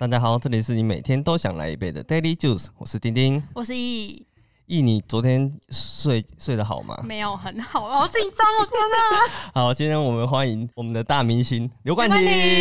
大家好，这里是你每天都想来一杯的 Daily Juice， 我是丁丁， 我是易。 易，你昨天睡得好吗？ 没有很好，好紧张，我天哪！ 好，今天我们欢迎我们的大明星刘冠廷。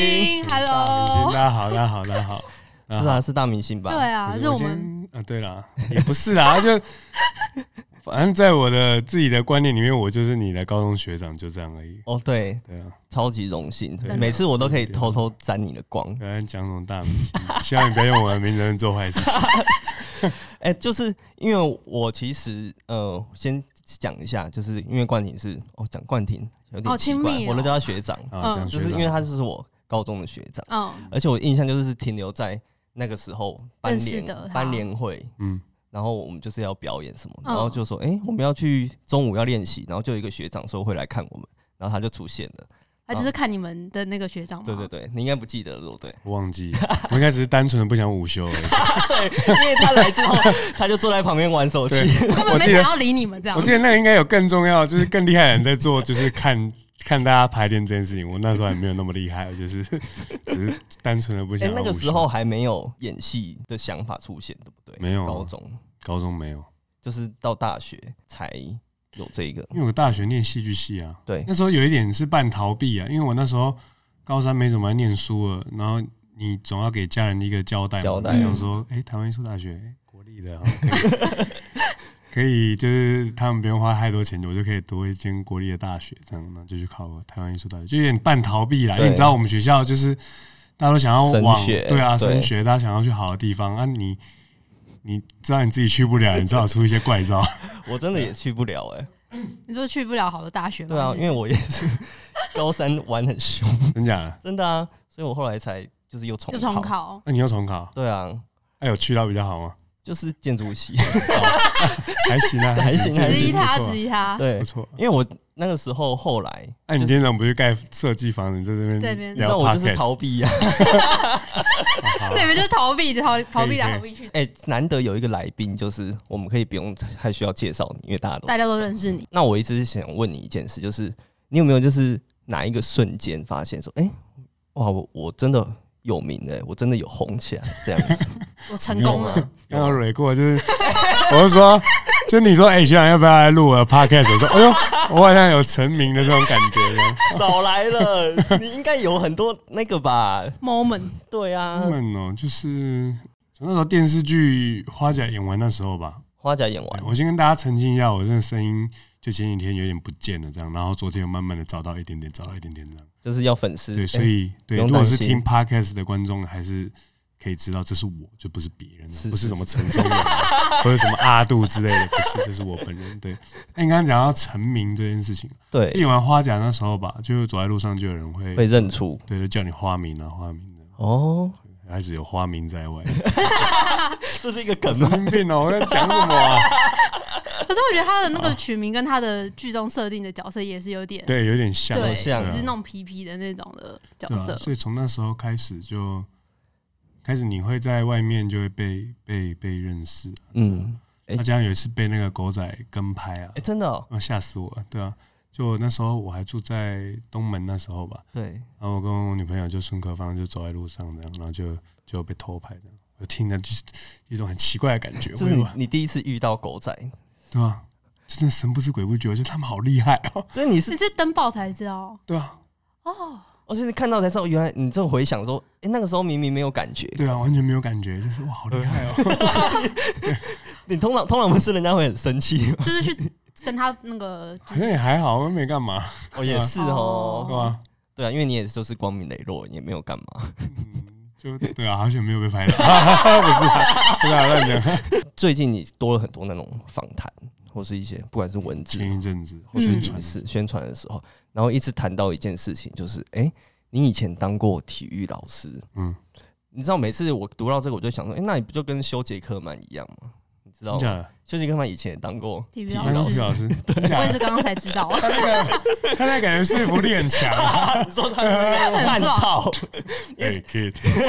Hello， 大家好，大家好，大家好。 是啊，是大明星吧？ 对啊，是我们对啦，也不是啦，就反正在我的自己的观念里面，我就是你的高中学长，就这样而已。 哦，对， 对啊， 超级荣幸，每次我都可以偷偷沾你的光。 不要讲什么大明星，希望你不要用我的名字做坏事情。 就是因为我其实先讲一下，就是因为冠廷是讲冠廷有点奇怪，我都叫他学长，就是因为他就是我高中的学长，而且我印象就是停留在那个时候班联会，然后我们就是要表演什么，然后就说我们要去中午要练习，然后就有一个学长说会来看我们，然后他就出现了。 他就是看你们的那个学长吗？ 对对对，你应该不记得了，对不对？ 我忘记，我应该只是单纯的不想午休而已。 对，因为他来之后，他就坐在旁边玩手机， 我根本没想要理你们这样。 我记得那个应该有更重要，就是更厉害的人在做，就是看大家排练这件事情。我那时候还没有那么厉害，我就是只是单纯的不想要午休。 那个时候还没有演戏的想法出现，对不对？ 没有，高中没有， 就是到大学才有这个。 因为我大学念戏剧系啊， 对， 那时候有一点是半逃避啊，因为我那时候高三没怎么念书了，然后你总要给家人一个交代嘛，想说，台湾艺术大学国立的，可以就是他们不用花太多钱，我就可以读一间国立的大学，这样，然后就去考台湾艺术大学，就有点半逃避啦。因为你知道我们学校就是大家都想要往对啊升学，大家想要去好的地方啊，你知道你自己去不了，你只好出一些怪招。 我真的也去不了你说去不了好的大学吗？ 对啊，因为我也是高三玩很凶， 真假的？ 真的啊，所以我后来才就是又重考。 那你又重考？ 对啊。 有去到比较好吗？ 就是建筑系， 还行啊， 还行， 质疑他， 对， 不错。 因为我那个时候后来， 你今天怎么不去盖设计房？你在这边， 你知道我就是逃避啊， 这边就是逃避来逃避去。 难得有一个来宾，就是我们可以不用还需要介绍你，因为大家都认识你。 那我一直想问你一件事，就是你有没有就是哪一个瞬间发现说，哇，我真的有名了，我真的有红起来这样子。 我成功了。 刚刚蕊过，就是我就说，就你说，学长要不要来录我的 podcast？ 我说，我好像有成名的这种感觉。 少来了，你应该有很多那个吧 moment。 对啊 moment 就是那时候电视剧《花甲》演完那时候吧。 花甲演完， 我先跟大家澄清一下，我这个声音就前几天有点不见了，这样，然后昨天又慢慢的找到一点点这样。 就是要粉丝。 对，所以如果是听 podcast 的观众，还是可以知道这是我，就不是别人，不是什么陈松勇或者什么阿杜之类的，不是，就是我本人。对，那你刚刚讲到成名这件事情， 对， 演完花甲那时候吧，就走在路上就有人会认出， 对，就叫你花名的。 哦， 还是有花名在外。 这是一个梗吗？ 神经病哦！我在讲什么啊？ 可是我觉得他的那个取名跟他的剧中设定的角色也是有点像， 对，就是那种皮皮的那种的角色。 所以从那时候开始你会在外面就会被认识。他这样有一次被那个狗仔跟拍啊！ 真的哦， 吓死我了！对啊，就那时候我还住在东门那时候吧。 对， 然后我跟我女朋友就孙可芳就走在路上这样，然后就被偷拍这样。我听着就是一种很奇怪的感觉。 这是你第一次遇到狗仔， 对啊，就真的神不知鬼不觉，就他们好厉害哦。 所以你是登报才知道？ 对啊。 我就是看到才知道，原来你这回想说，那个时候明明没有感觉。 对啊，完全没有感觉，就是哇，好厉害哦。 你通常不是人家会很生气吗？ 就是去跟他那个， 好像也还好，我没干嘛。 也是哦， 对吧？ 对啊，因为你也就是光明磊落，也没有干嘛。 就对啊，好久没有被拍到。不是乱讲。 最近你多了很多那种访谈，或是一些不管是文字， 前一阵子或是宣传的时候，然后一直谈到一件事情，就是你以前当过体育老师，你知道每次我读到这个，我就想说，那你不就跟修杰克曼一样吗？你知道吗？修杰克曼以前也当过体育老师，我也是刚刚才知道。 他那感觉说服力很强。 你说他烂操， 可以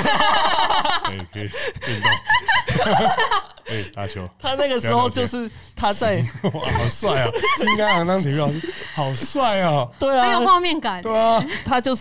运动，打球。 他那个时候就是他在， 哇，好帅啊！金刚狼当体育老师，好帅啊！ 对啊， 很有画面感。 对啊， 他就是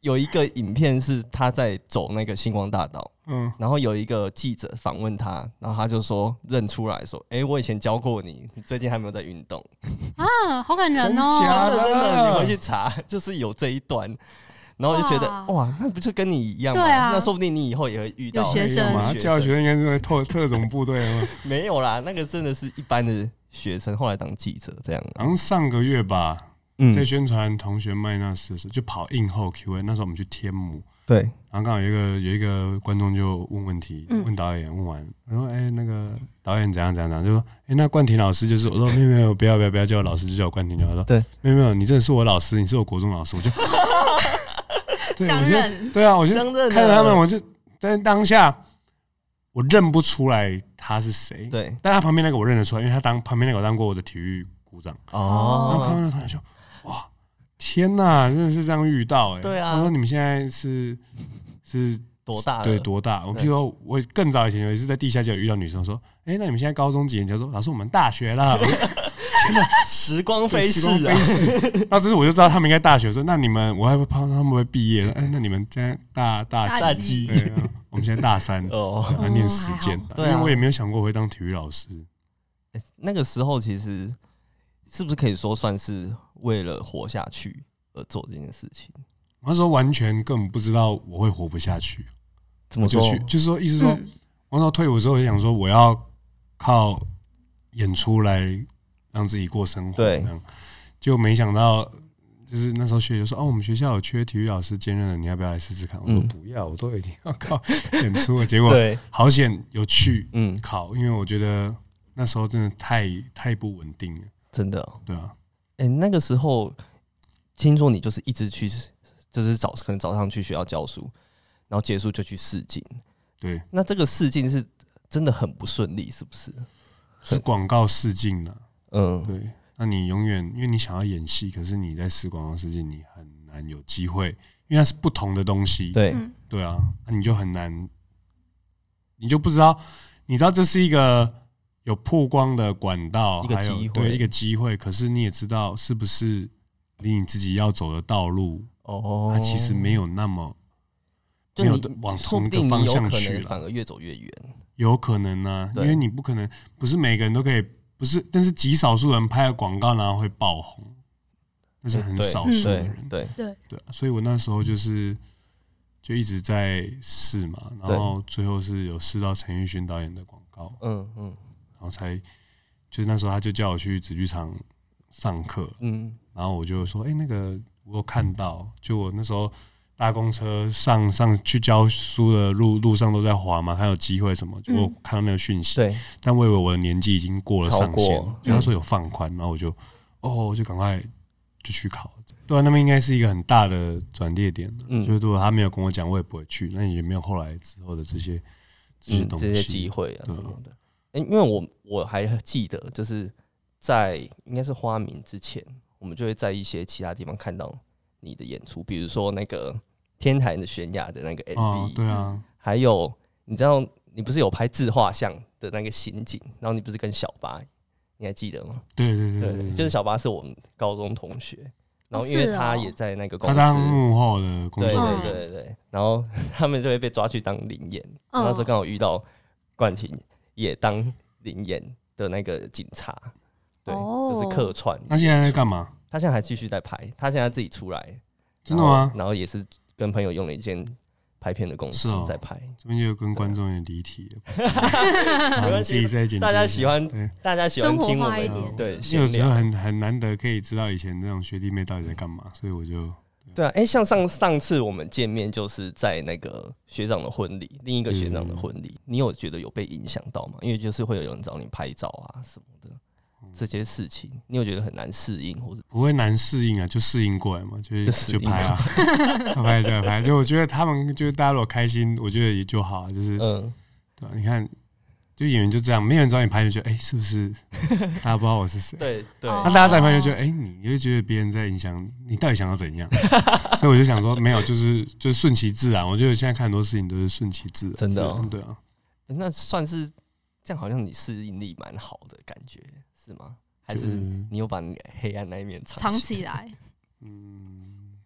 有一个影片是他在走那个星光大道，然后有一个记者访问他，然后他就说认出来说，我以前教过你，你最近还没有在运动啊，好感人哦， 真的，你回去查，就是有这一段。然后我就觉得哇，那不就跟你一样吗？那说不定你以后也会遇到学生嘛，教学生应该是特种部队吗？ 没有啦，那个真的是一般的学生，后来当记者这样。 好像上个月吧，在宣传同学麦纳斯的时候，就跑映后 Q&A， 那时候我们去天母， 对， 然后刚好有一个观众就问问题，问导演，问完，我说那个导演怎样，就说那冠廷老师就是，我说没有，不要叫我老师，就叫我冠廷就好。他说对，没有，你真的是我老师，你是我国中老师，我就。 相认， 对啊，我就看着他们，我就在当下我认不出来他是谁， 对， 但他旁边那个我认得出来，因为他旁边那个我当过我的体育股长哦。然后看到那同学就哇，天哪，真的是这样遇到对啊。 他说你们现在是多大？ 对，多大？我譬如说，我更早以前有一次在地下就有遇到女生说，那你们现在高中几年级？他说老师我们大学了。天哪， 时光飞逝啊！ 那这是我就知道他们应该大学。说那你们，我还怕他们会毕业。那你们现在大几？ 对，我们现在大3要念实践。因为我也没有想过我会当体育老师。 那个时候其实是不是可以说算是为了活下去而做这件事情？ 那时候完全根本不知道我会活不下去。 怎么说？ 就是说，意思说，我那时候退伍之后就想说，我要靠演出来让自己过生活。对，就没想到，就是那时候学姐说，我们学校有缺体育老师兼任的，你要不要来试试看？我说不要，我都已经要靠演出了。结果好险有去考，因为我觉得那时候真的太不稳定了， 真的。 对啊， 那个时候听说你就是一直去，就是可能早上去学校教书。然后结束就去试镜， 对， 那这个试镜是真的很不顺利，是不是？ 是广告试镜啦，对。那你永远因为你想要演戏，可是你在试广告试镜，你很难有机会，因为它是不同的东西， 对， 对啊，那你就很难，你就不知道，你知道这是一个有曝光的管道， 一个机会， 对，一个机会，可是你也知道是不是离你自己要走的道路，它其实没有那么。 就你往同一个方向去了，反而越走越远。 有可能啊，因为你不可能，不是每个人都可以，不是，但是极少数人拍了广告然后会爆红，那是很少数的人。 对， 所以我那时候就一直在试嘛，然后最后是有试到陈奕迅导演的广告，然后才就是那时候他就叫我去紫剧场上课，然后我就说，那个我有看到，就我那时候。搭公车上去教书的路上都在滑嘛，还有机会什么？就我看到那个讯息， 对， 但我以为我的年纪已经过了上限，就他说有放宽，然后我就赶快就去考。对啊，那边应该是一个很大的转捩点，就是如果他没有跟我讲，我也不会去，那也没有后来之后的这些东西、 这些机会啊什么的。因为我还记得，就是在应该是花明之前，我们就会在一些其他地方看到。你的演出，比如说那个天台的悬崖的那个 MV， 对啊， 还有你知道你不是有拍自画像的那个刑警，然后你不是跟小八，你还记得吗？ 对， 就是小八是我们高中同学，然后因为他也在那个公司， 他当幕后的工作人员，对，然后他们就会被抓去当灵演，那时候刚好遇到冠廷也当灵演的那个警察，对，就是客串。 那现在在干嘛？ 他现在还继续在拍，他现在自己出来， 真的吗？ 然后也是跟朋友用了一间拍片的公司在拍。 这边就跟观众有点离题了， 没关系，大家喜欢听我们对， 因为我觉得很难得可以知道以前那种学弟妹到底在干嘛，所以我就对啊，像上次我们见面就是在那个学长的婚礼，另一个学长的婚礼，你有觉得有被影响到吗？因为就是会有人找你拍照啊什么的。这些事情，你有觉得很难适应，或者不会难适应啊？就适应过来嘛，就拍啊，拍再拍。就我觉得他们就是大家如果开心，我觉得也就好，就是对吧？你看，就演员就这样，没有人找你拍，就觉得是不是大家不知道我是谁？ 对， 那大家找你拍就觉得你就觉得别人在影响你，到底想要怎样？所以我就想说，没有，就是顺其自然。我觉得现在看很多事情都是顺其自然， 真的， 对啊。 那算是这样，好像你适应力蛮好的感觉。是吗？还是你有把你黑暗那一面藏起来？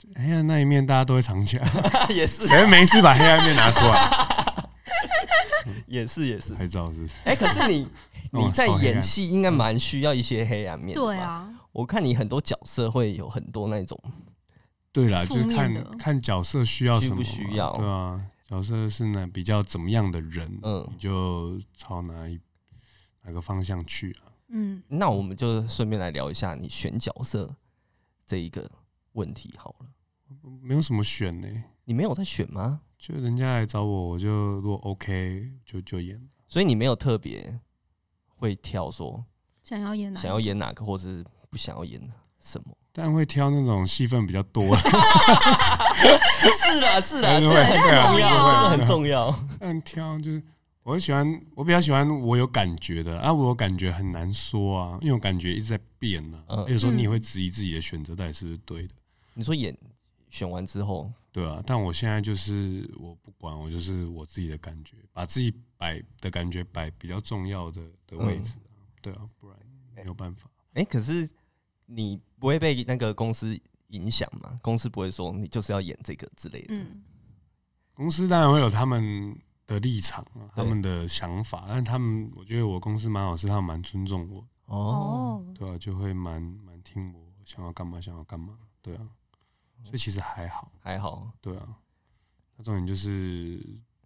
黑暗那一面大家都会藏起来， 也是， 谁没事把黑暗面拿出来？ 也是， 拍照是不是？ 可是你在演戏应该蛮需要一些黑暗面的吧？ 对啊， 我看你很多角色会有很多那种。 对啦，就是看角色需要什么， 需不需要？ 对啊，角色是比较怎么样的人，你就朝哪个方向去啊？ 那我们就顺便来聊一下你选角色这一个问题好了。 没有什么选呢， 你没有在选吗？ 就人家来找我，我就如果 OK 就演。 所以你没有特别会挑说想要演哪个，或是不想要演什么。 但会挑那种戏份比较多的。 是啦，这很重要。 但挑就是我比较喜欢我有感觉的啊，我有感觉很难说啊，因为我感觉一直在变啊。有时候你也会质疑自己的选择到底是不是对的。你说选完之后， 对啊，但我现在就是我不管，我就是我自己的感觉，把自己的感觉摆比较重要的位置。对啊，不然没有办法。 可是你不会被那个公司影响吗？公司不会说你就是要演这个之类的。 公司当然会有他们的立场他们的想法，但我觉得我公司蛮好，是他们蛮尊重我。对啊，就会蛮听我想要干嘛，对啊，所以其实还好，对啊。那重点就是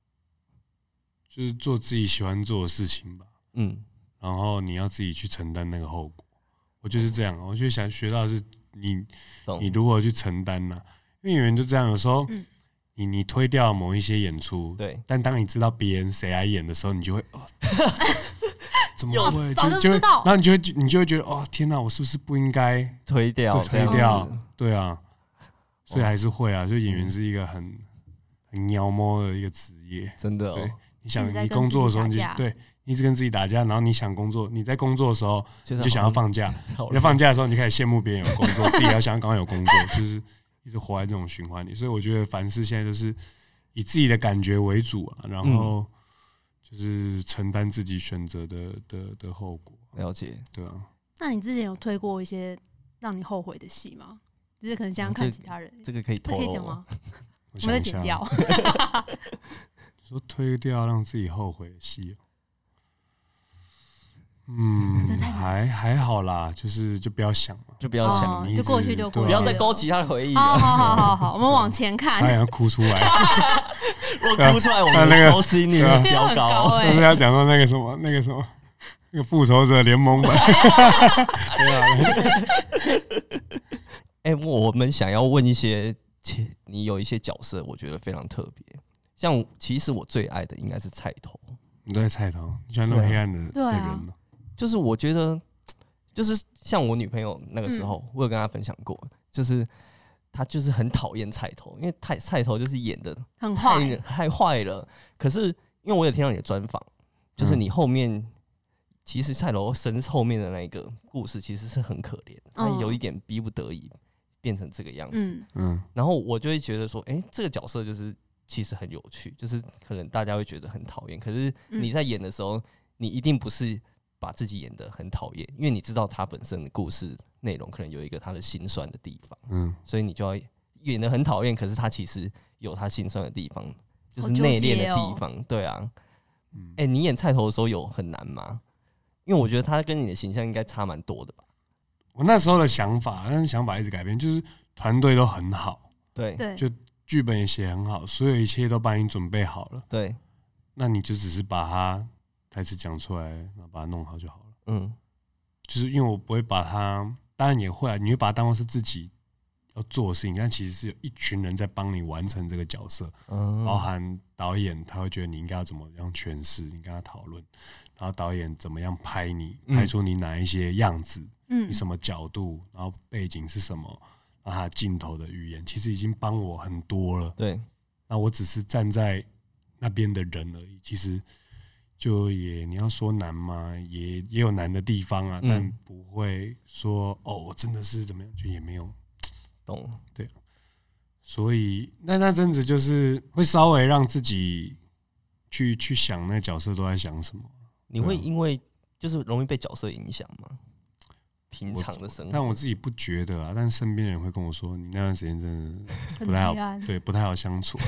做自己喜欢做的事情吧，然后你要自己去承担那个后果。我就是这样，我就想学到的是你如何去承担呢？因为演员就这样，有时候你推掉某一些演出， 对， 但当你知道别人谁来演的时候，你就会怎么会？ 早就知道， 然后你就会觉得哦，天哪，我是不是不应该推掉？ 对啊，所以还是会啊。就演员是一个很妖魔的一个职业， 真的。 对，你工作的时候，你一直跟自己打架，然后你想工作，你在工作的时候你就想要放假，你在放假的时候，你就开始羡慕别人有工作，自己要想要赶快有工作，就是一直活在这种循环里。所以我觉得凡事现在都是以自己的感觉为主啊，然后就是承担自己选择的后果。 了解， 对啊。 那你之前有推过一些让你后悔的戏吗？就是可能想看其他人， 这个可以讲吗？我们再剪掉。 说推掉让自己后悔的戏。还好啦，就不要想嘛， 就不要想， 就过去就过去， 不要再勾起他的回忆。 好，我们往前看。 差点要哭出来， 如果哭出来，我们的收视率会飙高。 是不是要讲到那个什么那个复仇者联盟版？ 我们想要问一些，你有一些角色，我觉得非常特别。像其实我最爱的应该是菜头。 你对菜头，你喜欢那么黑暗的人吗？ 就是我觉得，就是像我女朋友那个时候，我有跟她分享过，就是她就是很讨厌菜头，因为菜头就是演的很太坏了。可是因为我有听到你的专访，就是你后面其实菜头身后面的那个故事其实是很可怜，他有一点逼不得已变成这个样子。然后我就会觉得说，这个角色就是其实很有趣，就是可能大家会觉得很讨厌，可是你在演的时候，你一定不是把自己演得很讨厌，因为你知道他本身的故事内容可能有一个他的心酸的地方，所以你就要演得很讨厌，可是他其实有他心酸的地方，就是内敛的地方。对啊，你演菜头的时候有很难吗？因为我觉得他跟你的形象应该差蛮多的吧。 我那时候的想法，但是想法一直改变，就是团队都很好， 对， 就剧本也写很好，所有一切都帮你准备好了， 对， 那你就只是把它台词讲出来，然后把它弄好就好了。就是因为我不会把它，当然也会啊，你会把它当作是自己要做的事情，但其实是有一群人在帮你完成这个角色，包含导演，他会觉得你应该要怎么样诠释，你跟他讨论，然后导演怎么样拍你，拍出你哪一些样子，你什么角度，然后背景是什么，然后他镜头的语言，其实已经帮我很多了。 对， 那我只是站在那边的人而已，其实。就你要说难吗？也有难的地方啊，但不会说我真的是怎么样，就也没有懂。 对，所以那阵子就是会稍微让自己去想那个角色都在想什么。 你会因为就是容易被角色影响吗？ 平常的生活。 但我自己不觉得啊，但身边的人会跟我说，你那段时间真的不太好，对，不太好相处。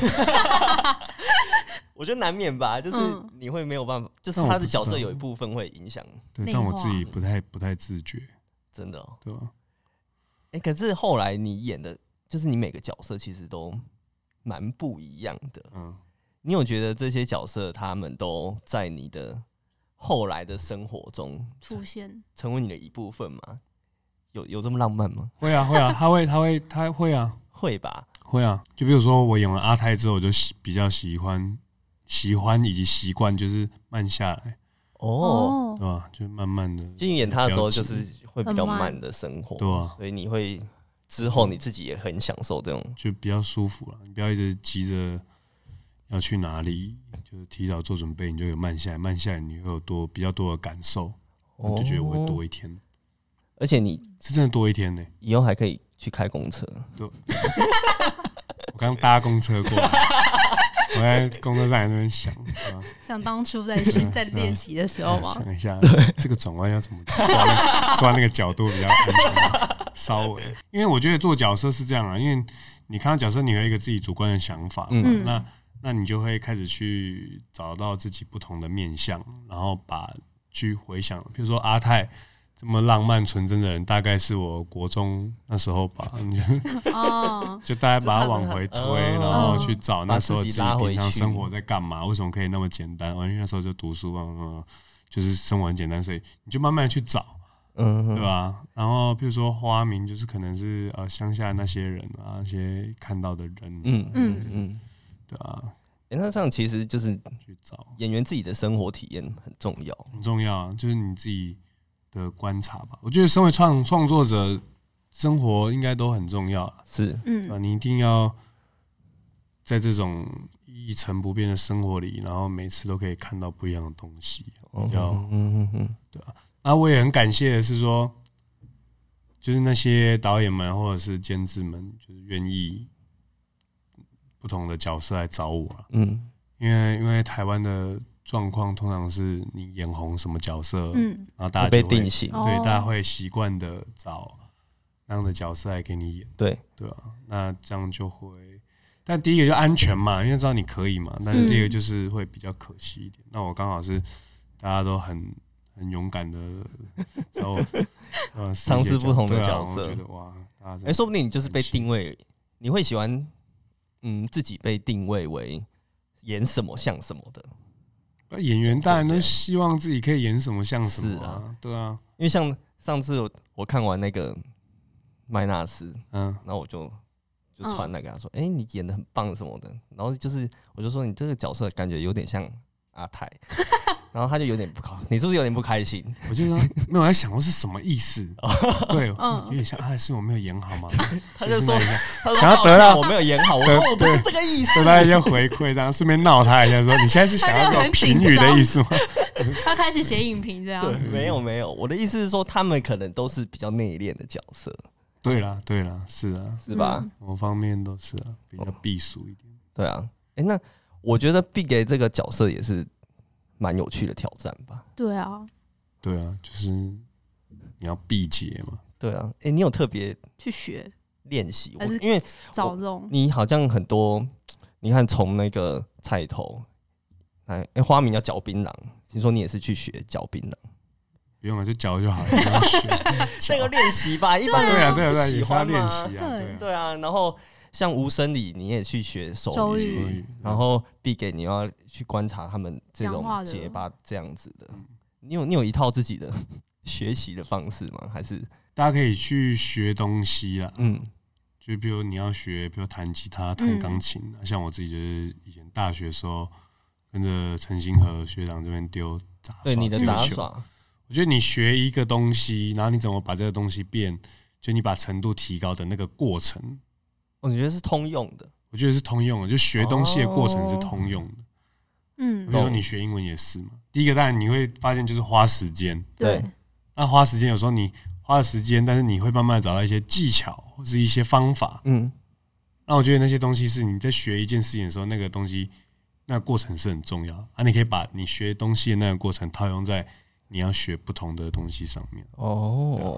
我觉得难免吧，就是你会没有办法，就是他的角色有一部分会影响。 对，但我自己不太自觉， 真的哦， 对吧？ 可是后来你演的，就是你每个角色其实都蛮不一样的。你有觉得这些角色他们都在你的后来的生活中出现， 成为你的一部分吗？有这么浪漫吗？ 会啊，他会啊， 会吧？ 会啊。就比如说我演完阿泰之后，我就比较喜欢以及习惯，就是慢下来。对吧？就慢慢的。就演他的时候，就是会比较慢的生活， 对啊。 所以你会之后你自己也很享受这种， 就比较舒服了。你不要一直急着要去哪里，就是提早做准备，你就有慢下来，你会有比较多的感受，我就觉得我会多一天。 而且你是真的多一天呢， 以后还可以去开公车。 对，我刚搭公车过来。我在公车站那边想， 像当初在练习的时候嘛， 想一下这个转弯要怎么抓那个角度比较安全，稍微。因为我觉得做角色是这样啊，因为你看到角色，你有一个自己主观的想法，那你就会开始去找到自己不同的面向，然后去回想，比如说阿泰这么浪漫纯真的人，大概是我国中那时候吧，就大概把它往回推，然后去找那时候自己平常生活在干嘛，为什么可以那么简单？因为那时候就读书就是生活很简单，所以你就慢慢去找，对吧？然后比如说花名，就是可能是乡下那些人啊，那些看到的人，对啊。 那这样其实就是去找演员自己的生活体验很重要， 很重要啊，就是你自己的观察吧。我觉得身为创作者，生活应该都很重要， 是， 你一定要在这种一成不变的生活里，然后每次都可以看到不一样的东西，对吧？那我也很感谢的是说，就是那些导演们或者是监制们，就是愿意不同的角色来找我了，因为台湾的状况通常是你眼红什么角色，然后大家就会被定型， 对，大家会习惯的找那样的角色来给你演，对吧？那这样就会，但第一个就安全嘛，因为知道你可以嘛，但是第二个就是会比较可惜一点。那我刚好是大家都很勇敢的，然后尝试不同的角色， 我觉得哇， 说不定你就是被定位，你会喜欢自己被定位为演什么像什么的。 演员当然都希望自己可以演什么像什么啊， 对啊。 因为像上次我看完那个麦纳斯，然后我就传那个他说，你演得很棒什么的，然后就是我就说你这个角色感觉有点像阿泰。然后他就有点你是不是有点不开心？ 我就说没有在想，我是什么意思？对，有点像阿泰，是我没有演好吗？ 他就说想要得到我没有演好，我说我不是这个意思， 得到一些回馈，然后顺便闹他一下，说你现在是想要给我评语的意思吗？ 他开始写影评这样。 对，没有，我的意思是说，他们可能都是比较内敛的角色。 对啦，是啊， 是吧？ 某方面都是啊，比较避俗一点。 对啊，那我觉得 Big 这个角色也是蛮有趣的挑战吧？ 对啊， 就是你要避劫嘛。 对啊，你有特别去学练习？ 还是因为找这种你好像很多，你看从那个菜头，花名叫嚼槟榔，听说你也是去学嚼槟榔。 不用了，就嚼就好了，不要学那个练习吧，一般对啊， 喜欢练习啊， 对啊，然后。像无声里，你也去学手语，然后必给你要去观察他们这种结巴这样子的。你有一套自己的学习的方式吗？还是大家可以去学东西啦？就比如你要学，比如弹吉他、弹钢琴，像我自己就是以前大学的时候跟着陈星河学长这边丢杂耍， 对你的杂耍， 我觉得你学一个东西，然后你怎么把这个东西变，就你把程度提高的那个过程。 我觉得是通用的， 我觉得是通用的，就学东西的过程是通用的。比如说你学英文也是嘛。第一个当然你会发现就是花时间， 对。 那花时间有时候你花了时间，但是你会慢慢找到一些技巧或是一些方法。那我觉得那些东西是你在学一件事情的时候，那个东西那个过程是很重要啊。你可以把你学东西的那个过程套用在你要学不同的东西上面。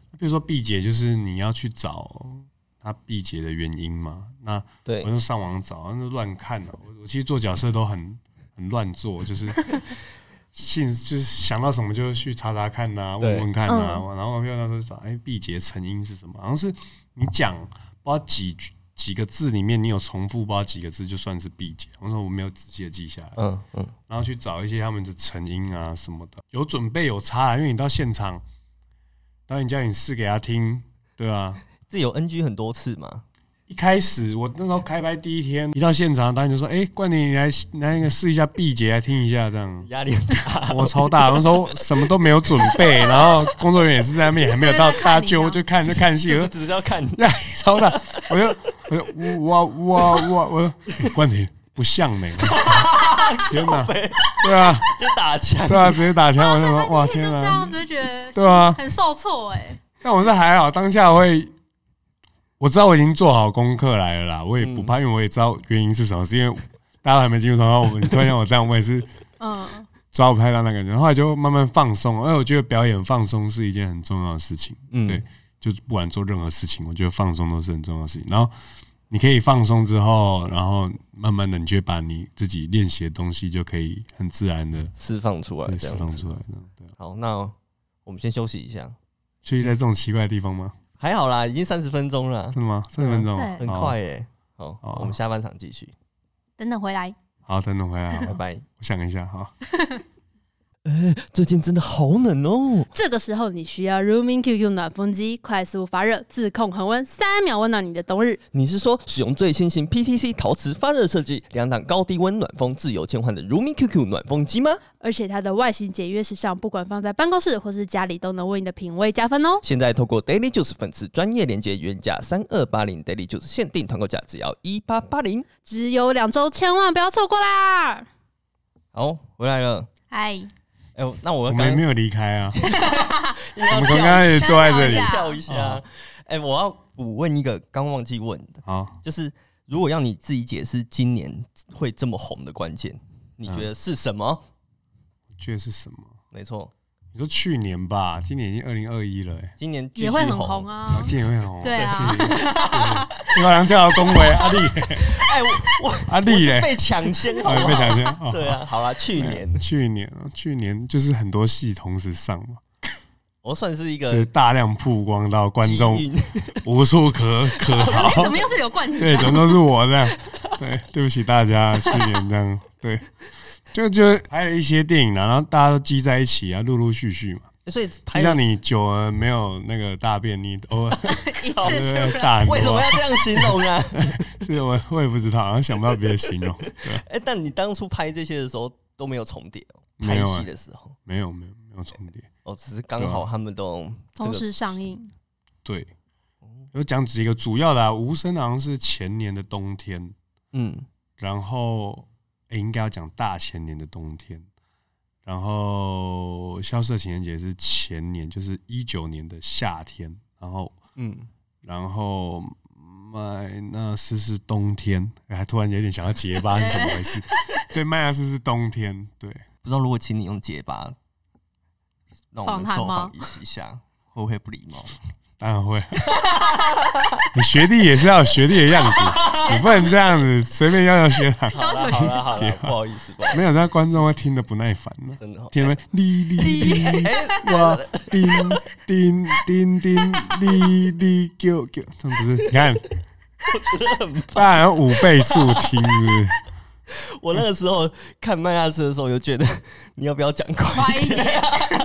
比如说闭结，就是你要去找它闭结的原因嘛。那我就上网找，那乱看啊。我其实做角色都很乱做，就是就是想到什么就去查查看啊，问问看啊。然后那时候找闭结成因是什么？好像是你讲不知道几个字里面，你有重复不知道几个字，就算是闭结。我说我没有仔细的记下来，然后去找一些他们的成因啊什么的，有准备有差，因为你到现场，导演叫你试给他听，对啊， 这有 NG 很多次嘛。 一开始我那时候开拍第一天，一到现场，导演就说：“冠廷，你来那个试一下闭结，来听一下。”这样压力很大， 我超大。那时候什么都没有准备，然后工作人员也是在那边，还没有到大揪，就看戏， 我只是要看， 压力超大。我就我冠廷不像没，天哪！对啊， 直接打枪， 对啊，直接打枪。我就说哇，天哪！ 这样子就觉得对啊， 很受挫但我是还好，当下我知道我已经做好功课来了啦，我也不怕，因为我也知道原因是什么，是因为大家都还没进入状况，突然像我这样，我也是抓不太到那个人，后来就慢慢放松。因为我觉得表演放松是一件很重要的事情，对，就是不管做任何事情，我觉得放松都是很重要的事情。然后你可以放松之后，然后慢慢的，你就会把你自己练习的东西就可以很自然的释放出来， 释放出来。 好，那我们先休息一下。 休息在这种奇怪的地方吗？ 还好啦，已经30分钟了。 真的吗？30分钟， 很快耶。好，我们下半场继续。 等等回来。 好，等等回来， 拜拜。 我想一下，好。 最近真的好冷哦。 这个时候你需要 Rooming QQ 暖风机，快速发热，自控恒温，3秒温暖你的冬日。 你是说使用最新型 PTC 陶瓷发热设计，2档高低温暖风自由切换的 Rooming QQ 暖风机吗？ 而且它的外形简约时尚，不管放在办公室或是家里，都能为你的品味加分哦。 现在透过 Daily Juice 粉丝专业连结，原价3280 Daily Juice 限定团购价只要1880， 只有2周，千万不要错过啦！ 好，回来了。 嗨。 那我们没有离开啊，我们刚刚也坐在这里跳一下。我要补问一个，刚忘记问的，就是如果要你自己解释今年会这么红的关键，你觉得是什么？ 我觉得是什么？ 没错， 你说去年吧，今年已经2021了， 今年也会很红啊， 今年也会很红， 对啊。 你好像叫恭维阿丽，阿丽嘞被抢先，被抢先， 对啊，好啦，去年就是很多戏同时上嘛， 我算是一个就是大量曝光到观众无处可逃， 怎么又是刘冠廷？ 对，怎么都是我这样，对不起大家，去年这样，对。就拍了一些电影然后大家都积在一起啊，陆陆续续嘛。 所以就像你久了没有那个大便，你偶尔一次大很多。 为什么要这样形容啊？ 是我也不知道，好像想不到别的形容。 但你当初拍这些的时候都没有重叠哦？拍戏的时候没有重叠。 只是刚好他们都同时上映。 对，有讲几个主要的啊，无声好像是前年的冬天，然后应该要讲大前年的冬天。然后萧瑟情人节是前年，就是19年的夏天，然后麦纳斯是冬天，还突然有点想要结巴是怎么回事？对，麦纳斯是冬天，对， 不知道如果请你用结巴，让我们受访一下，会不会不礼貌？ 当然会，你学弟也是要有学弟的样子，你不能这样子随便要学长。 好了，不好意思， 没有，这观众会听得不耐烦了。 真的， 听没？哩，哇，叮叮叮叮，哩啾啾，这不是？你看， 我觉得很棒， 当然5倍速听，是不是？ 我那个时候看麦亚斯的时候，就觉得你要不要讲快一点？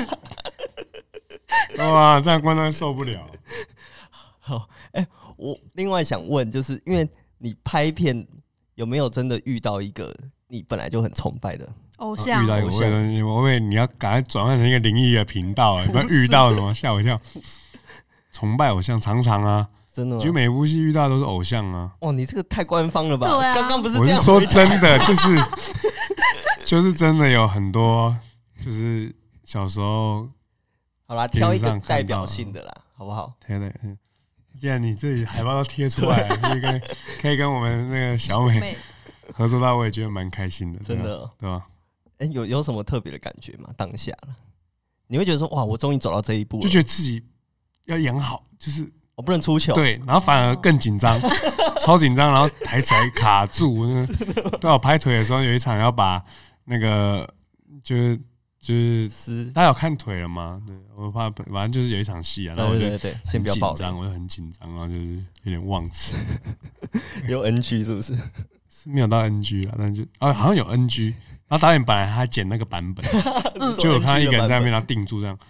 哇，这样观众受不了。 好，我另外想问，就是因为你拍片有没有真的遇到一个你本来就很崇拜的偶像？ 遇到一个偶像，我以为你要赶快转换成一个灵异的频道啊！不要遇到什么吓我一跳。崇拜偶像常常啊， 真的吗？ 几乎每部戏遇到都是偶像啊。 哇，你这个太官方了吧？ 对啊， 刚刚不是这样。 我是说真的，就是真的有很多，就是小时候。 好啦，挑一个代表性的啦，好不好？ 既然你自己海报都贴出来了，可以跟我们那个小美合作到，我也觉得蛮开心的， 真的， 对吧？ 有什么特别的感觉吗？当下你会觉得说，哇，我终于走到这一步了， 就觉得自己要演好，就是我不能出糗， 对，然后反而更紧张，超紧张，然后台词还卡住。对，我拍腿的时候有一场要把那个就是大家有看腿了吗？对，我怕反正就是有一场戏啊，然后我就很紧张，我就很紧张，然后就是有点忘词， 有 NG 是不是？ 是没有到 NG 啦，但就好像有 NG。然后导演本来他剪那个版本，就有看到一个人在那边，他定住这样，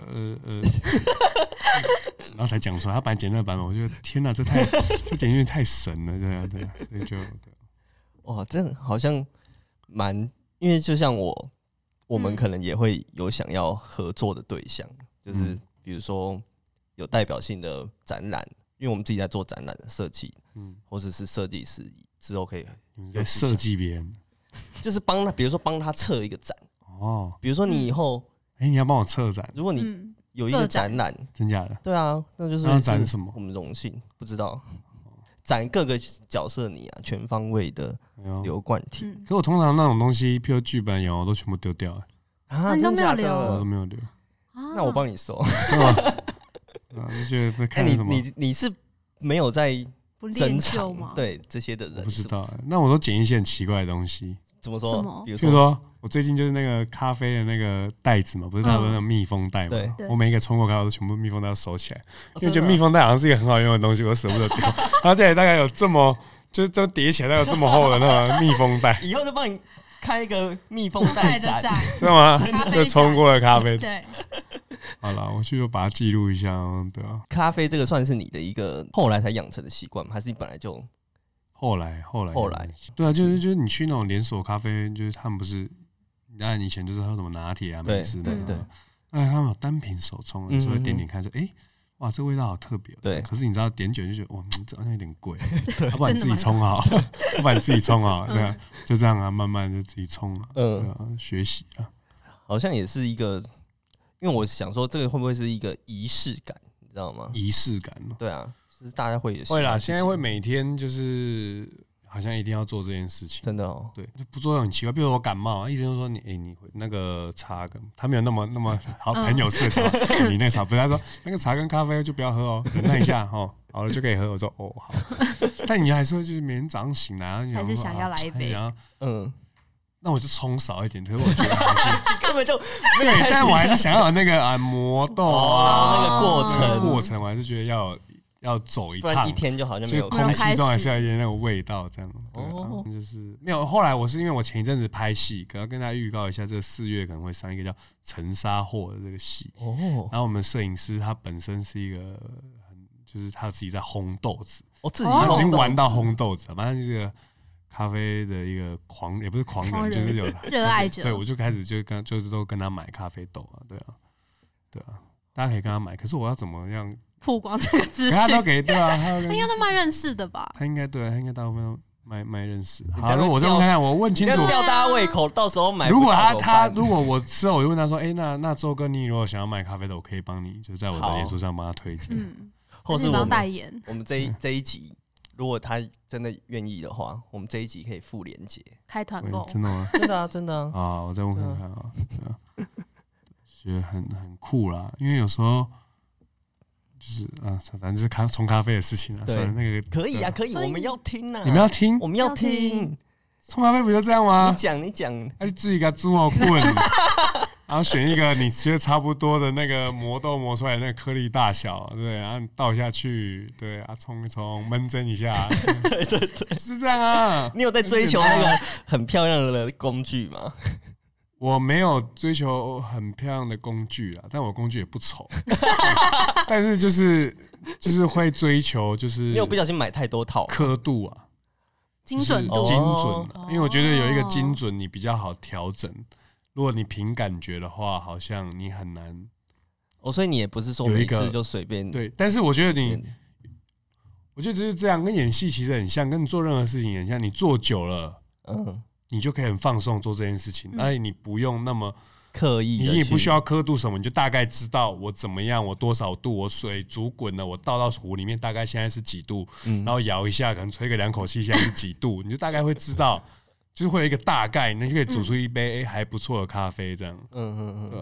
然后才讲出来。他本来剪那个版本，我觉得天哪，这剪进去太神了，对啊，所以就哇，这好像因为就像我们可能也会有想要合作的对象，就是比如说有代表性的展览，因为我们自己在做展览的设计，或者是设计师之后可以在设计别人， 就是比如说帮他策一个展哦，比如说你以后， 你要帮我策展， 如果你有一个展览， 真假的？ 对啊，那就是要展什么？ 我们荣幸不知道。展各个角色你啊，全方位的刘冠廷。 可我通常那种东西，譬如剧本有，我都全部丢掉啊，真的假我都没有留。 那我帮你收。 就觉得被看什么？ 你是没有在珍藏对这些的人？ 不知道。那我都捡一些很奇怪的东西。 怎么说？比如说，我最近就是那个咖啡的那个袋子嘛，不是它有那个密封袋嘛？我每一个冲过咖啡都全部密封袋都收起来，因为觉得密封袋好像是一个很好用的东西，我舍不得丢。它这里大概有就是这么叠起来，大概有这么厚的那个密封袋。 以后就帮你开一个密封袋展， 知道吗？就冲过的咖啡。 对。 好了，我去就把它记录一下，对啊。 咖啡这个算是你的一个后来才养成的习惯吗？还是你本来就？ 后来，对啊，就是你去那种连锁咖啡，就是他们不是，那以前就是喝什么拿铁啊、美式的，对，他们有单品手冲，有时候点点看说，哇，这味道好特别。对，可是你知道点久就觉得，哇，这好像有点贵，要不然你自己冲好，要不然你自己冲好，对啊，就这样啊，慢慢就自己冲啊，对啊，学习啊， 好像也是一个，因为我想说，这个会不会是一个仪式感，你知道吗？ 仪式感， 对啊。就是大家会啦，现在会每天就是好像一定要做这件事情， 真的哦。 对，就不做很奇怪。比如我感冒，医生就说你那个茶跟他没有那么好朋友社交，你那个茶不是他说那个茶跟咖啡就不要喝哦，忍耐一下哦，好了就可以喝。我说哦好，但你还是会就是每天早上醒来， 还是想要来一杯， 那我就冲少一点。可是我觉得还是根本就对，但我还是想要有那个磨豆啊， 那个过程，我还是觉得要走一趟， 不然一天就好像没有空气中还是要一点那个味道，这样。就是没有。后来我是因为我前一阵子拍戏，可能跟大家预告一下，这个4月可能会上一个叫《沉沙货》的这个戏。然后我们摄影师他本身是一个就是他自己在烘豆子，他已经玩到烘豆子了，反正这个咖啡的一个也不是狂人，就是有热爱者。 对，我就开始就是都跟他买咖啡豆啊，对啊，大家可以跟他买。可是我要怎么样曝光这个资讯？ 他都给对啊， 他应该都卖认识的吧？ 他应该大部分卖认识。好，如果我这么看看，我问清楚， 吊大家胃口，到时候买。 如果如果我吃了，我就问他说：“那周哥，你如果想要买咖啡豆，我可以帮你，就是在我的脸书上帮他推荐， 或是帮代言。 我们这一集。”如果他真的愿意的话，我们这一集可以附连结， 开团购。 真的吗？ 真的啊！我再问看看啊，觉得很酷啦。因为有时候就是反正就是冲咖啡的事情啊。算了，那个可以啊，可以，我们要听啊。 你们要听？ 我们要听。 冲咖啡不就这样吗？ 你讲。 你自己给猪好棍。然后选一个你觉得差不多的那个磨豆磨出来的那个颗粒大小，对，然后你倒下去，对啊，冲一冲，焖蒸一下，对，是这样啊。 你有在追求那个很漂亮的工具吗？ 我没有追求很漂亮的工具啦，但我工具也不丑，但是就是会追求，就是你有不小心买太多套刻度啊， 精准度， 因为我觉得有一个精准，你比较好调整。如果你凭感觉的话，好像你很难。 所以你也不是说每次就随便对，但是我觉得我觉得就是这样，跟演戏其实很像，跟你做任何事情很像。你做久了，你就可以很放松做这件事情，而且你不用那么刻意， 你也不需要刻度什么，你就大概知道我怎么样，我多少度，我水煮滚了，我倒到壶里面大概现在是几度，然后摇一下，可能吹个2口气，现在是几度，你就大概会知道。就是会有一个大概，你就可以煮出一杯还不错的咖啡，这样。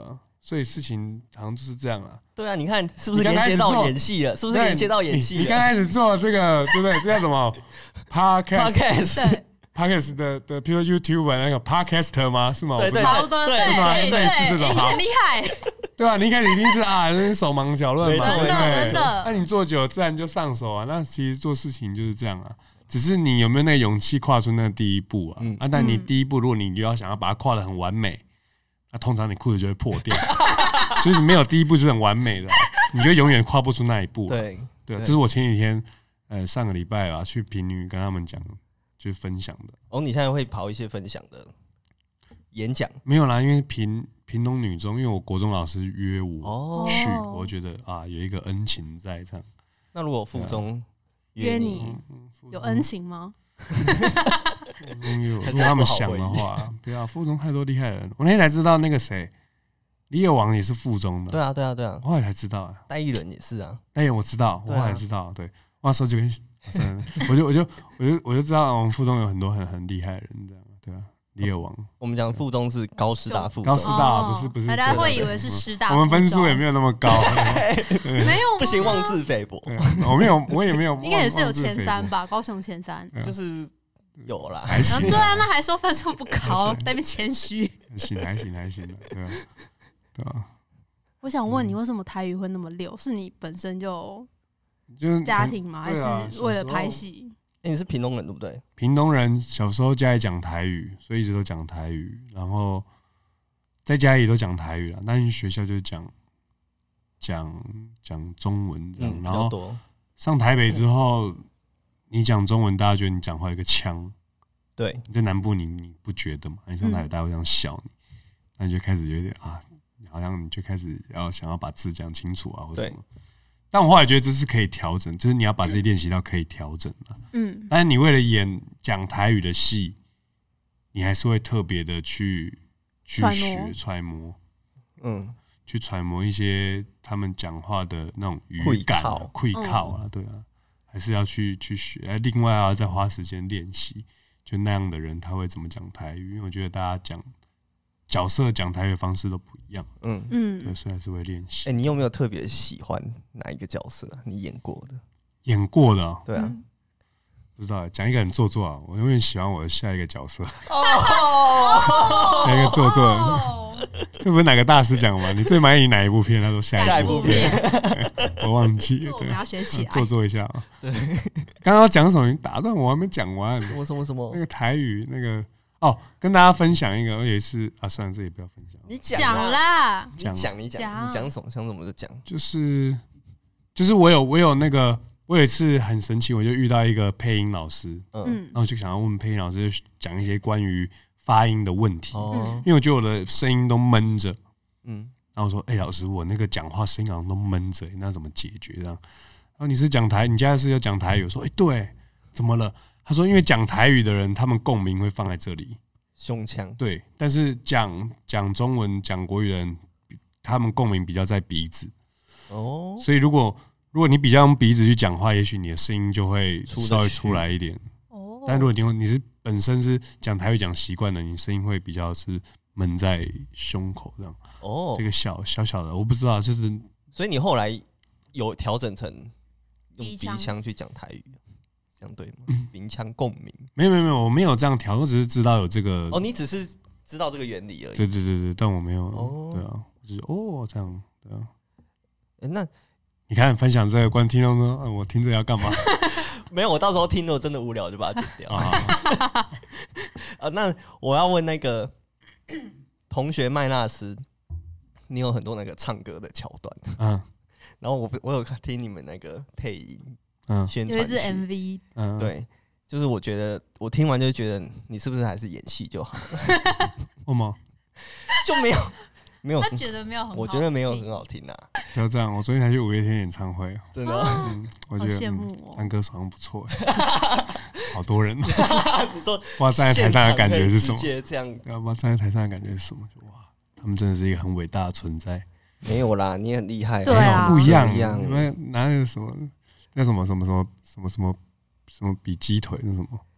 所以事情好像就是这样啊。 对啊，你看是不是连接到演戏了？是不是连接到演戏了？ 你刚开始做这个，对不对？这叫什么 ？Podcast 的，譬如 YouTube 那个 Podcaster 吗？是吗？ 对， 类似这种， 很厉害。 对啊，你一开始一定是手忙脚乱嘛， 真的。 那你做久自然就上手啊。那其实做事情就是这样啊，只是你有没有那个勇气跨出那第一步啊？但你第一步，如果你要想要把它跨得很完美，那通常你裤子就会破掉。所以你没有第一步是很完美的，你就永远跨不出那一步。 对， 这是我前几天上个礼拜吧去屏女跟他们讲，就是分享的。 哦，你现在会跑一些分享的演讲？ 没有啦，因为屏东女中，因为我国中老师约我去，我觉得啊有一个恩情在这样。 那如果附中约你，有恩情吗？ 如果他们想的话，不要附中太多厉害的人。我那天才知道那个谁。李尔王也是附中的， 对啊， 我后来才知道啊。 戴义伦也是啊， 戴义伦我知道，我后来知道，对，我那时候就跟我就知道我们附中有很多很厉害的人，这样对啊。李尔王， 我们讲附中是高师大附中， 高师大不是， 大家会以为是师大， 我们分数也没有那么高， 没有， 不行妄自菲薄。 我也没有， 应该也是有前3吧，高雄前3， 就是有啦， 还行。 对啊，那还说分数不高，在那边谦虚， 还行的，对啊。对啊， 我想问你，为什么台语会那么溜？是你本身就家庭吗？还是为了拍戏？ 你是屏东人对不对？ 屏东人，小时候家里讲台语，所以一直都讲台语，然后在家里都讲台语啦，但是学校就讲中文这样。然后上台北之后，你讲中文，大家觉得你讲话有个腔。 对， 你在南部你不觉得吗？你上台北大家会这样笑你，那你就开始有点啊。好像你就开始想要把字讲清楚啊，或什么。但我后来觉得这是可以调整，就是你要把自己练习到可以调整的。但是你为了讲台语的戏，你还是会特别的去学揣摩，去揣摩一些他们讲话的那种语感、会靠啊，对啊，还是要去学。另外要再花时间练习，就那样的人他会怎么讲台语？因为我觉得大家角色讲台语的方式都不一样，对，所以还是会练习。 你有没有特别喜欢哪一个角色啊？你演过的？ 对啊，不知道，讲一个很做作啊，我永远喜欢我的下一个角色。下一个做作的，这不是哪个大师讲吗？你最满意哪一部片？他说下一部片，我忘记了，对， 我要学起来， 做一下啊。对，刚刚讲什么？你打断我，还没讲完。 什么？ 那个台语那个。跟大家分享一个，而且是算了，这也不要分享。 你讲啦， 你讲什么？想怎么就讲。 就是我有那个，我有一次很神奇，我就遇到一个配音老师，然后就想要问配音老师讲一些关于发音的问题，因为我觉得我的声音都闷着，然后我说，老师，我那个讲话声音好像都闷着，那怎么解决这样？然后你家是要讲台语？我说，对，怎么了？他说：“因为讲台语的人，他们共鸣会放在这里， 胸腔。 对，但是讲中文、讲国语的人，他们共鸣比较在鼻子。所以如果你比较用鼻子去讲话，也许你的声音就会稍微出来一点。但如果你是本身是讲台语讲习惯的，你声音会比较是闷在胸口这样。这个小小的，我不知道，就是。 所以你后来有调整成用鼻腔去讲台语。”对吗？鼻腔共鸣？ 没有，我没有这样调，我只是知道有这个。 你只是知道这个原理而已。 对，但我没有。对啊，就是这样，对啊。 那你看分享这个，观听众说，我听这要干嘛？ 没有，我到时候听了真的无聊就把它剪掉。那我要问那个同学麦纳斯，你有很多那个唱歌的桥段，然后我有听你们那个配音。宣传有一支 MV， 对，就是我觉得我听完就觉得你是不是还是演戏就好了？ 为吗？ 就没有， 他觉得没有很好听， 我觉得没有很好听啊。 不要这样，我昨天才去五月天演唱会， 真的， 我觉得当歌手好像不错，好多人。你说哇，站在台上的感觉是什么？ 这样， 要不站在台上的感觉是什么？哇，他们真的是一个很伟大的存在。 没有啦，你很厉害， 对啊， 不一样，你们哪有什么？那什么比鸡腿那什么？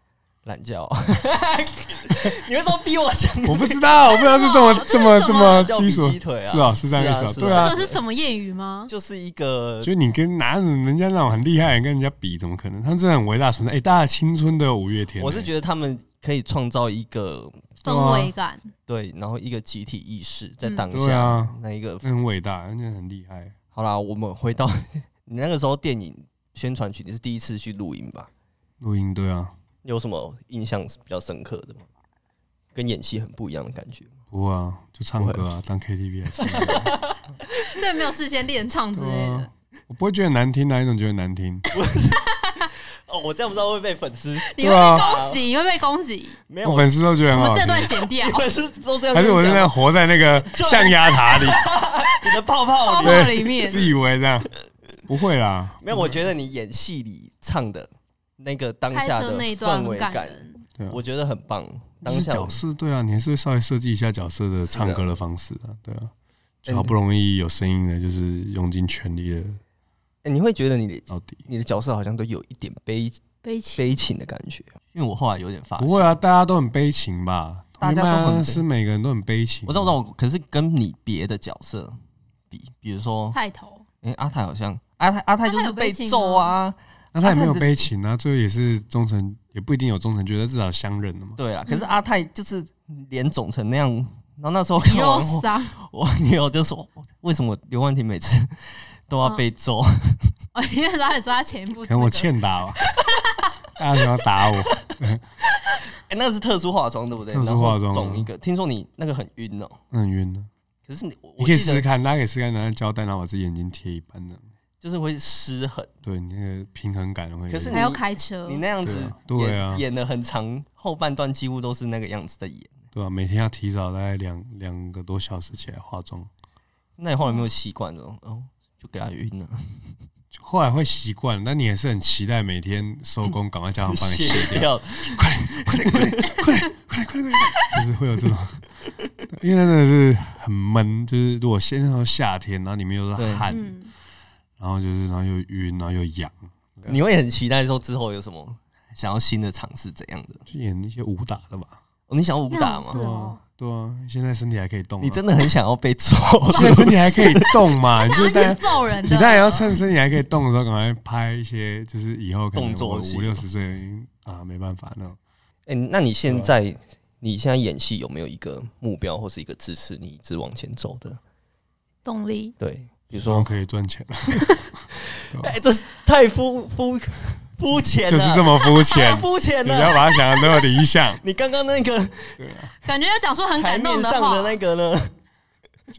懒觉。你为什么逼我讲？ 我不知道是这么低俗， 鸡腿啊？ 是啊，是这样意思。对啊， 这个是什么谚语吗？ 就是一个， 就你跟拿人家那种很厉害的人跟人家比，怎么可能？他们真的很伟大存在。大家青春都有五月天。 我是觉得他们可以创造一个氛围感， 对，然后一个集体意识在当下，那一个很伟大，真的很厉害。 好啦，我们回到你那个时候电影宣传曲，你是第一次去录音吧？ 录音，对啊。 有什么印象比较深刻的吗？跟演戏很不一样的感觉？ 不会啊，就唱歌啊，当 KTV 来唱歌。 所以没有事先练唱之类的。 我不会觉得难听，哪一种觉得难听？ 哦，我这样不知道会被粉丝， 你会被攻击，你会被攻击。 没有，我粉丝都觉得很好听。 我们这段剪掉， 粉丝都这样。 还是我现在活在那个象牙塔里， 你的泡泡里面， 自以为这样。不会啦， 没有，我觉得你演戏里唱的那个当下的氛围感，我觉得很棒。当下角色，对啊，你还是会稍微设计一下角色的唱歌的方式啊，对啊。就好不容易有声音的，就是用尽全力的。 你会觉得你的角色好像都有一点悲情的感觉，因为我后来有点发现， 不会啊，大家都很悲情吧？大家都很是每个人都很悲情。 我知道，可是跟你别的角色比如说菜头， 阿泰好像阿泰就是被揍啊， 阿泰也没有悲情啊，最后也是忠诚，也不一定有忠诚，觉得至少相认了嘛。 对啊，可是阿泰就是脸肿成那样，然后那时候看完我女友就说，为什么刘冠廷每次都要被揍？ 因为他说他前一部可能我欠打吧，大家想要打我。 那是特殊化妆对不对？ 特殊化妆肿一个，听说你那个很晕哦， 很晕的。 可是你可以试试看，大家可以试试看，拿胶带，然后把自己眼睛贴一半的， 就是会失衡。 对，你那个平衡感会。 可是还要开车， 你那样子对啊， 演的很长，后半段几乎都是那个样子在演。 对啊，每天要提早大概两个多小时起来化妆。那你后来有没有习惯了？就给他晕了。 后来会习惯，但你也是很期待每天收工赶快叫他们帮你卸掉，快点，就是会有这种，因为真的是很闷，就是如果现在夏天，然后里面又是汗，然后又晕，然后又痒， 你会很期待说之后有什么想要新的尝试怎样的？ 就演一些武打的吧。 你想要武打吗？ 对啊，现在身体还可以动。 你真的很想要被揍？ 现在身体还可以动嘛？你就揍人的， 你当然要趁身体还可以动的时候，赶快拍一些，就是以后可能动作戏 50-60岁啊，没办法那种。 那你现在演戏有没有一个目标或是一个支持你一直往前走的动力？ 对，比如说可以赚钱。 这是太肤浅了， 就是这么肤浅， 肤浅了。 你要把它想的那么理想。 你刚刚那个， 感觉要讲出很感动的话。 台面上的那个呢？ 就是，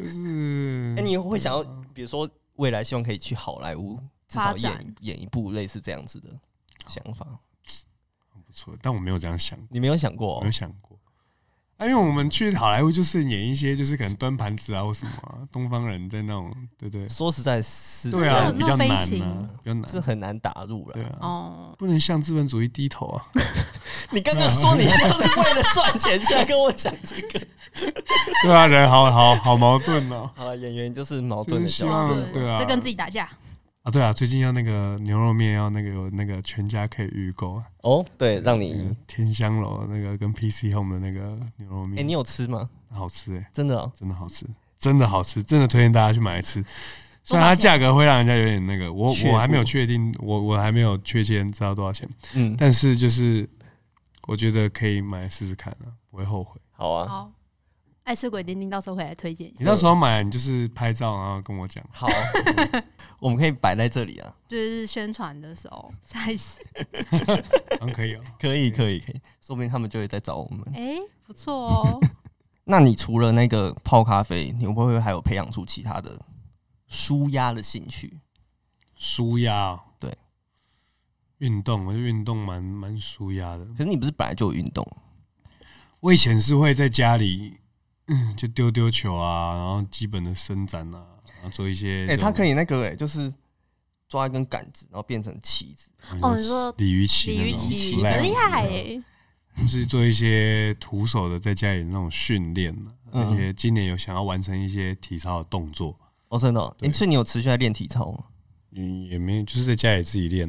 你会想要，比如说未来希望可以去好莱坞，至少演一部类似这样子的想法， 很不错。但我没有这样想， 你没有想过？ 没有想过。因为我们去好莱坞就是演一些，就是可能端盘子啊或什么东方人在那种，对不对？ 说实在是， 对啊，比较难啊，比较难， 是很难打入了。 对啊，不能向资本主义低头啊！ 你刚刚说你就是为了赚钱，现在跟我讲这个， 对啊，人好矛盾哦。 好了，演员就是矛盾的角色， 对啊， 在跟自己打架。 对啊，最近要那个牛肉面要有那个全家可以预购对，让你天香楼那个跟 PC Home 的那个牛肉面， 你有吃吗？ 好吃真的真的好吃，真的好吃，真的推荐大家去买来吃。虽然它价格会让人家有点那个，我还没有确定，我还没有确切知道多少钱，但是就是我觉得可以买来试试看啊，不会后悔。 好啊， 好。爱吃鬼丁丁到时候会来推荐一下。 你到时候买，你就是拍照，然后跟我讲。 好，我们可以摆在这里啊， 就是宣传的时候，下一期。 可以可以，说不定他们就会再找我们。 不错哦。 那你除了那个泡咖啡，你会不会还有培养出其他的舒压的兴趣？ 舒压， 对， 运动，我觉得运动蛮舒压的。 可是你不是本来就有运动？ 我以前是会在家里。就丢球啊，然后基本的伸展啊，然后做一些。 他可以那个就是抓一根杆子，然后变成旗子。 你说鲤鱼旗， 很厉害哎。 就是做一些徒手的在家里那种训练而且今年有想要完成一些体操的动作。 真的。所以你有持续在练体操吗？ 也没，就是在家里自己练啊，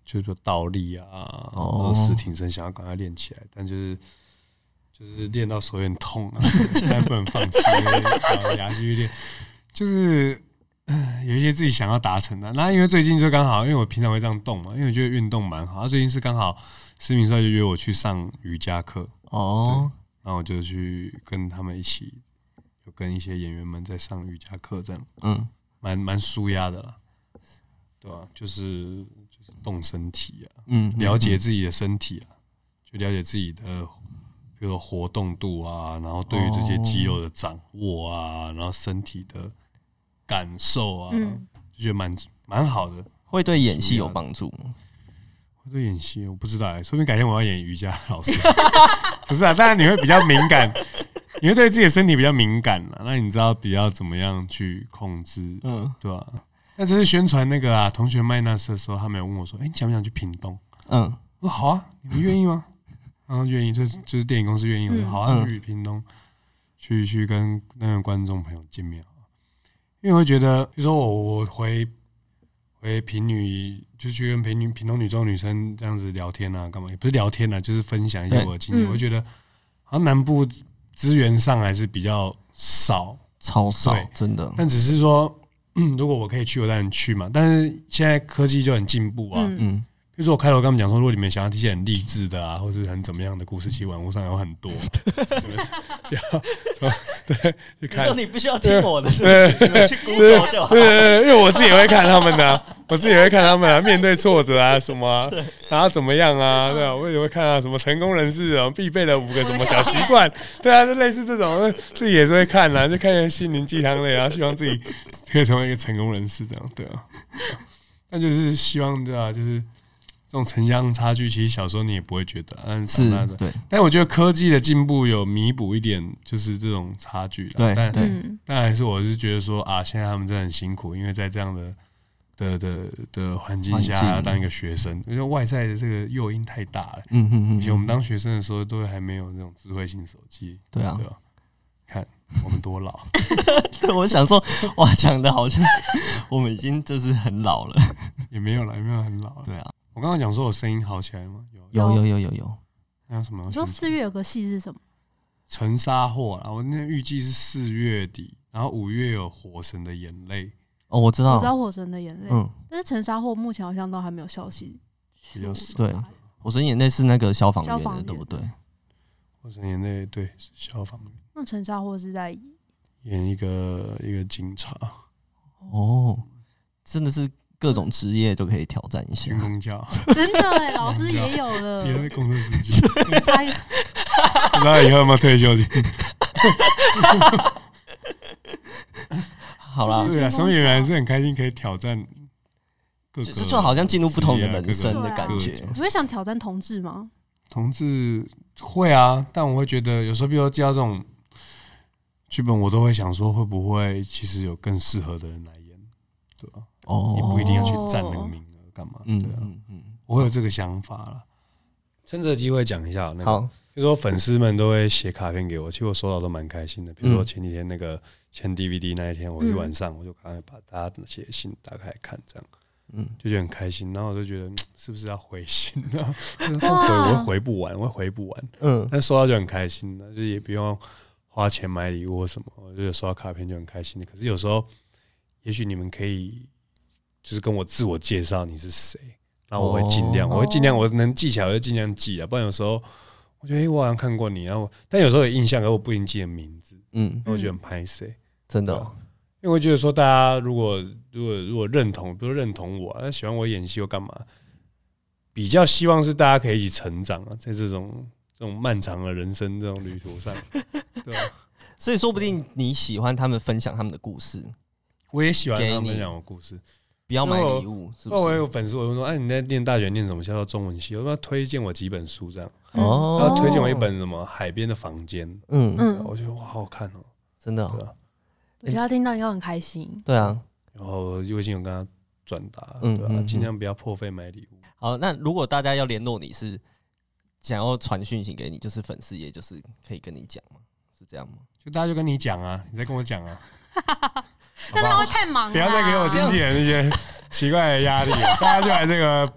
就是说倒立啊，或者俯挺身，想要赶快练起来，但就是练到手有点痛啊，但不能放弃，咬牙继续练，就是有一些自己想要达成的。那因为最近就刚好，因为我平常会这样动嘛，因为我觉得运动蛮好。最近是刚好施明帅就约我去上瑜伽课哦，然后我就去跟他们一起，有跟一些演员们在上瑜伽课，这样，蛮舒压的啦，对吧？就是动身体啊，了解自己的身体啊，就了解自己的。比如说活动度啊，然后对于这些肌肉的掌握啊，然后身体的感受啊，就觉得蛮好的。 会对演戏有帮助吗？ 会对演戏我不知道，说不定改天我要演瑜伽老师。不是啊，当然你会比较敏感，你会对自己的身体比较敏感啦。那你知道比较怎么样去控制，对吧？那这是宣传那个啊，同学麦纳斯的时候，他们有问我说：“你想不想去屏东？”我说：“好啊，你们愿意吗？”然后愿意，就是电影公司愿意，我说好啊，去屏东去跟那个观众朋友见面，因为我会觉得，比如说我回屏女，就去跟屏东女中女生这样子聊天啊，干嘛？也不是聊天啊，就是分享一些我的经验。我会觉得，好像南部资源上还是比较少， 超少，真的。 但只是说，如果我可以去，我当然去嘛。但是现在科技就很进步啊，比如说我开头跟他们讲说，如果你们想要听些很励志的啊，或是很怎么样的故事，其实网络上有很多。对，你说你不需要听我的，是不是？你们去 Google 就好。 对，因为我自己也会看他们的、啊，面对挫折啊什么啊，然后怎么样啊，对啊，我也会看啊，什么成功人士啊必备的5个什么小习惯，对啊，就类似这种，自己也是会看啊，就看一些心灵鸡汤类啊，希望自己可以成为一个成功人士这样，对啊。那就是希望对啊，就是。这种城乡差距，其实小时候你也不会觉得，但是长大的，对。但我觉得科技的进步有弥补一点，就是这种差距。对，但还是我是觉得说啊，现在他们真的很辛苦，因为在这样的环境下，还要当一个学生，因为外在的这个诱因太大了。以前我们当学生的时候，都还没有那种智慧型手机。对啊，看我们多老。 对，我想说，哇，讲的好像我们已经就是很老了， 也没有很老了。对啊。我刚刚讲说我声音好起来吗？ 有。 还有什么？ 你说4月有个戏是什么？ 沉沙货啦，我那预计是4月底，然后5月有火神的眼泪。 哦，我知道火神的眼泪。但是沉沙货目前好像都还没有消息。 比较少。 对，火神眼泪是那个消防员的，对不对？ 火神眼泪对是消防员。 那沉沙货是在演一个警察。 哦，真的是。各种职业都可以挑战一下， 军公教真的哎，老师也有了， 也是公车司机，差一个，不知道以后有没有退休金？ 好啦， 对啊，所以演员还是很开心，可以挑战各个， 就好像进入不同的人生的感觉。 你会想挑战同志吗？ 同志会啊，但我会觉得有时候，比如说接到这种剧本，我都会想说，会不会其实有更适合的人来演，对吧？你不一定要去占那个名额，干嘛？对啊，我会有这个想法啦。趁这个机会讲一下那个，比如说粉丝们都会写卡片给我，其实我收到都蛮开心的。比如说前几天那个签 DVD 那一天，我一晚上我就赶快把大家写的信打开看，这样，就觉得很开心。然后我就觉得是不是要回信呢？我会回不完，但收到就很开心了，就也不用花钱买礼物或什么，我觉得收到卡片就很开心的。可是有时候，也许你们可以。就是跟我自我介绍你是谁，然后我会尽量，我能记起来我就尽量记啊，不然有时候我觉得我好像看过你，然后但有时候有印象，可是我不一定记得名字，然后我觉得很拍谁， 真的， 因为我觉得说大家如果认同，比如认同我，喜欢我演戏或干嘛，比较希望是大家可以一起成长啊，在这种漫长的人生这种旅途上，对吧？ 所以说不定你喜欢他们分享他们的故事， 我也喜欢他们分享我故事。 不要买礼物，是不是？ 我有粉丝，我就说：“哎，你在念大学念什么？叫做中文系。”我说：“推荐我几本书，这样。”然后推荐我一本什么《海边的房间》。我觉得哇，好好看哦， 真的。 我觉得他听到应该很开心。 对啊， 然后微信有跟他转达，对吧？尽量不要破费买礼物。 好，那如果大家要联络你是想要传讯息给你，就是粉丝页，就是可以跟你讲吗？是这样吗？ 就大家就跟你讲啊，你再跟我讲啊。 但他会太忙了， 不要再给我经纪人那些奇怪的压力了。大家就来这个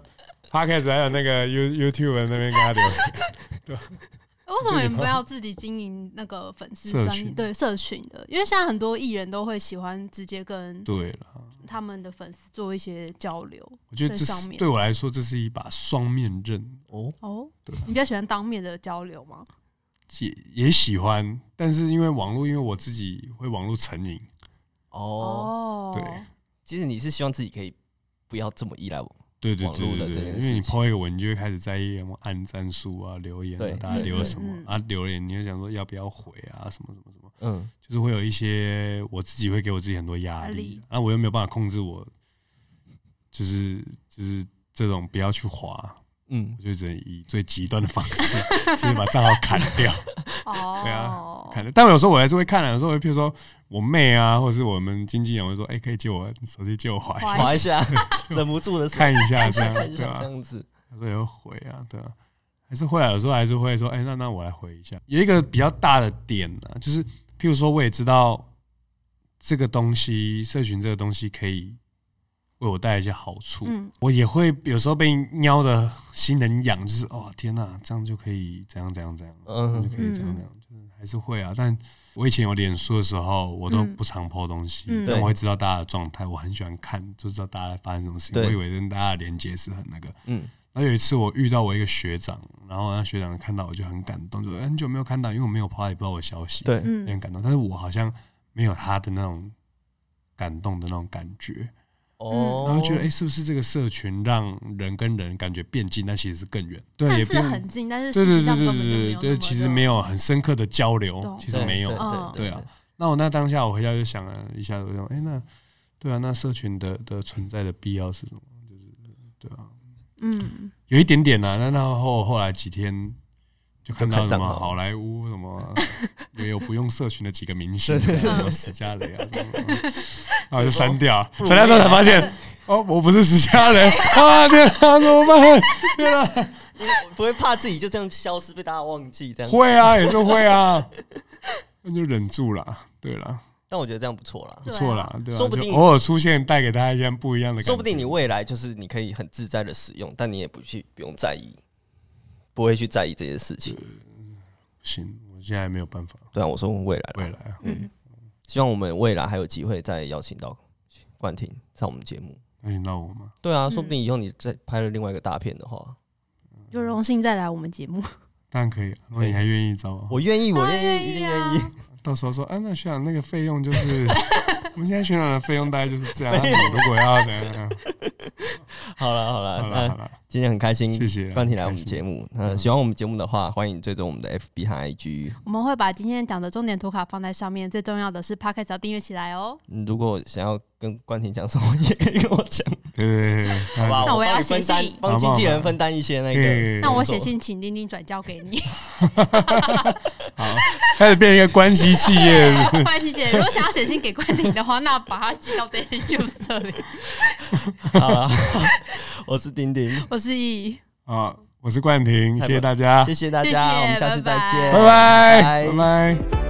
Podcast 还有那个 YouTube 那边给他留言，对吧？ 为什么你们不要自己经营那个粉丝专页？对，社群的，因为现在很多艺人都会喜欢直接跟他们的粉丝做一些交流。 我觉得这是对我来说，这是一把双面刃哦。对，你比较喜欢当面的交流吗？ 也喜欢，但是因为网络，因为我自己会网络成瘾。对， 其实你是希望自己可以不要这么依赖我。 对，因为你 po 一个文，你就会开始在意按赞数啊、留言啊，大家留了什么啊？留言你就想说要不要回啊，什么，就是会有一些我自己会给我自己很多压力，啊，我又没有办法控制我，就是这种不要去滑，我就只能以最极端的方式，就是把账号砍掉。对啊，砍掉。但有时候我还是会看的，有时候譬如说我妹啊，或者是我们经纪人会说，可以借我手机借我滑一下，忍不住的看一下这样， 对吧？这样子， 有时候也会回啊，对啊，还是会啊，有时候还是会说，那我来回一下。有一个比较大的点呢，就是譬如说我也知道这个东西，社群这个东西可以为我带来一些好处，我也会有时候被喵的心很痒，就是天哪，这样就可以怎样，就可以这样，就是还是会啊。但我以前有脸书的时候，我都不常 po 东西，但我会知道大家的状态，我很喜欢看，就知道大家发生什么事情。我以为跟大家的连接是很那个，然后有一次我遇到我一个学长，然后那学长看到我就很感动，就很久没有看到，因为我没有 po 也不知道我消息， 对， 很感动。但是我好像没有他的那种感动的那种感觉。然后觉得是不是这个社群让人跟人感觉变近，但其实是更远。对， 但是很近，但是实际上根本就没有。 对，其实没有很深刻的交流，其实没有。对啊，那我那当下我回家就想了一下，我说，那对啊，那社群的存在的必要是什么？就是对啊，有一点点啊。那后来几天就看到什么好莱坞什么也有不用社群的几个明星，什么史嘉蕾啊什么。然后就删掉之后才发现，我不是史嘉蕾啊！天啊，怎么办？天啊！ 不会怕自己就这样消失，被大家忘记这样？ 会啊，也是会啊，那就忍住啦。对啦， 但我觉得这样不错啦， 不错啦，对啊， 说不定偶尔出现，带给大家一些不一样的感觉。 说不定你未来就是你可以很自在的使用，但你也不用在意，不会去在意这些事情。 行，我现在还没有办法。 对啊，我说未来啊，希望我们未来还有机会再邀请到冠廷上我们节目。 邀请到我吗？ 对啊，说不定以后你再拍了另外一个大片的话， 有荣幸再来我们节目。 当然可以，如果你还愿意找我， 我愿意，一定愿意。 到时候说，那学长那个费用就是，我们现在学长的费用大概就是这样。如果要怎样？ 好了，今天很开心， 谢谢冠廷来我们节目。喜欢我们节目的话，欢迎追踪我们的 FB 和 IG。 我们会把今天讲的重点图卡放在上面，最重要的是 Podcast 要订阅起来哦。 如果想要跟冠廷讲什么，也可以跟我讲。 对， 好吧， 那我要写信帮经纪人分担一些那个。 那我写信请丁丁转交给你。 好，开始变一个关系企业。 关系企业，如果想要写信给冠廷的话，那把它寄到 Daily Juice 这里。 好了，我是丁丁， 我是易我是冠廷，谢谢大家， 谢谢大家，我们下次再见， 拜拜。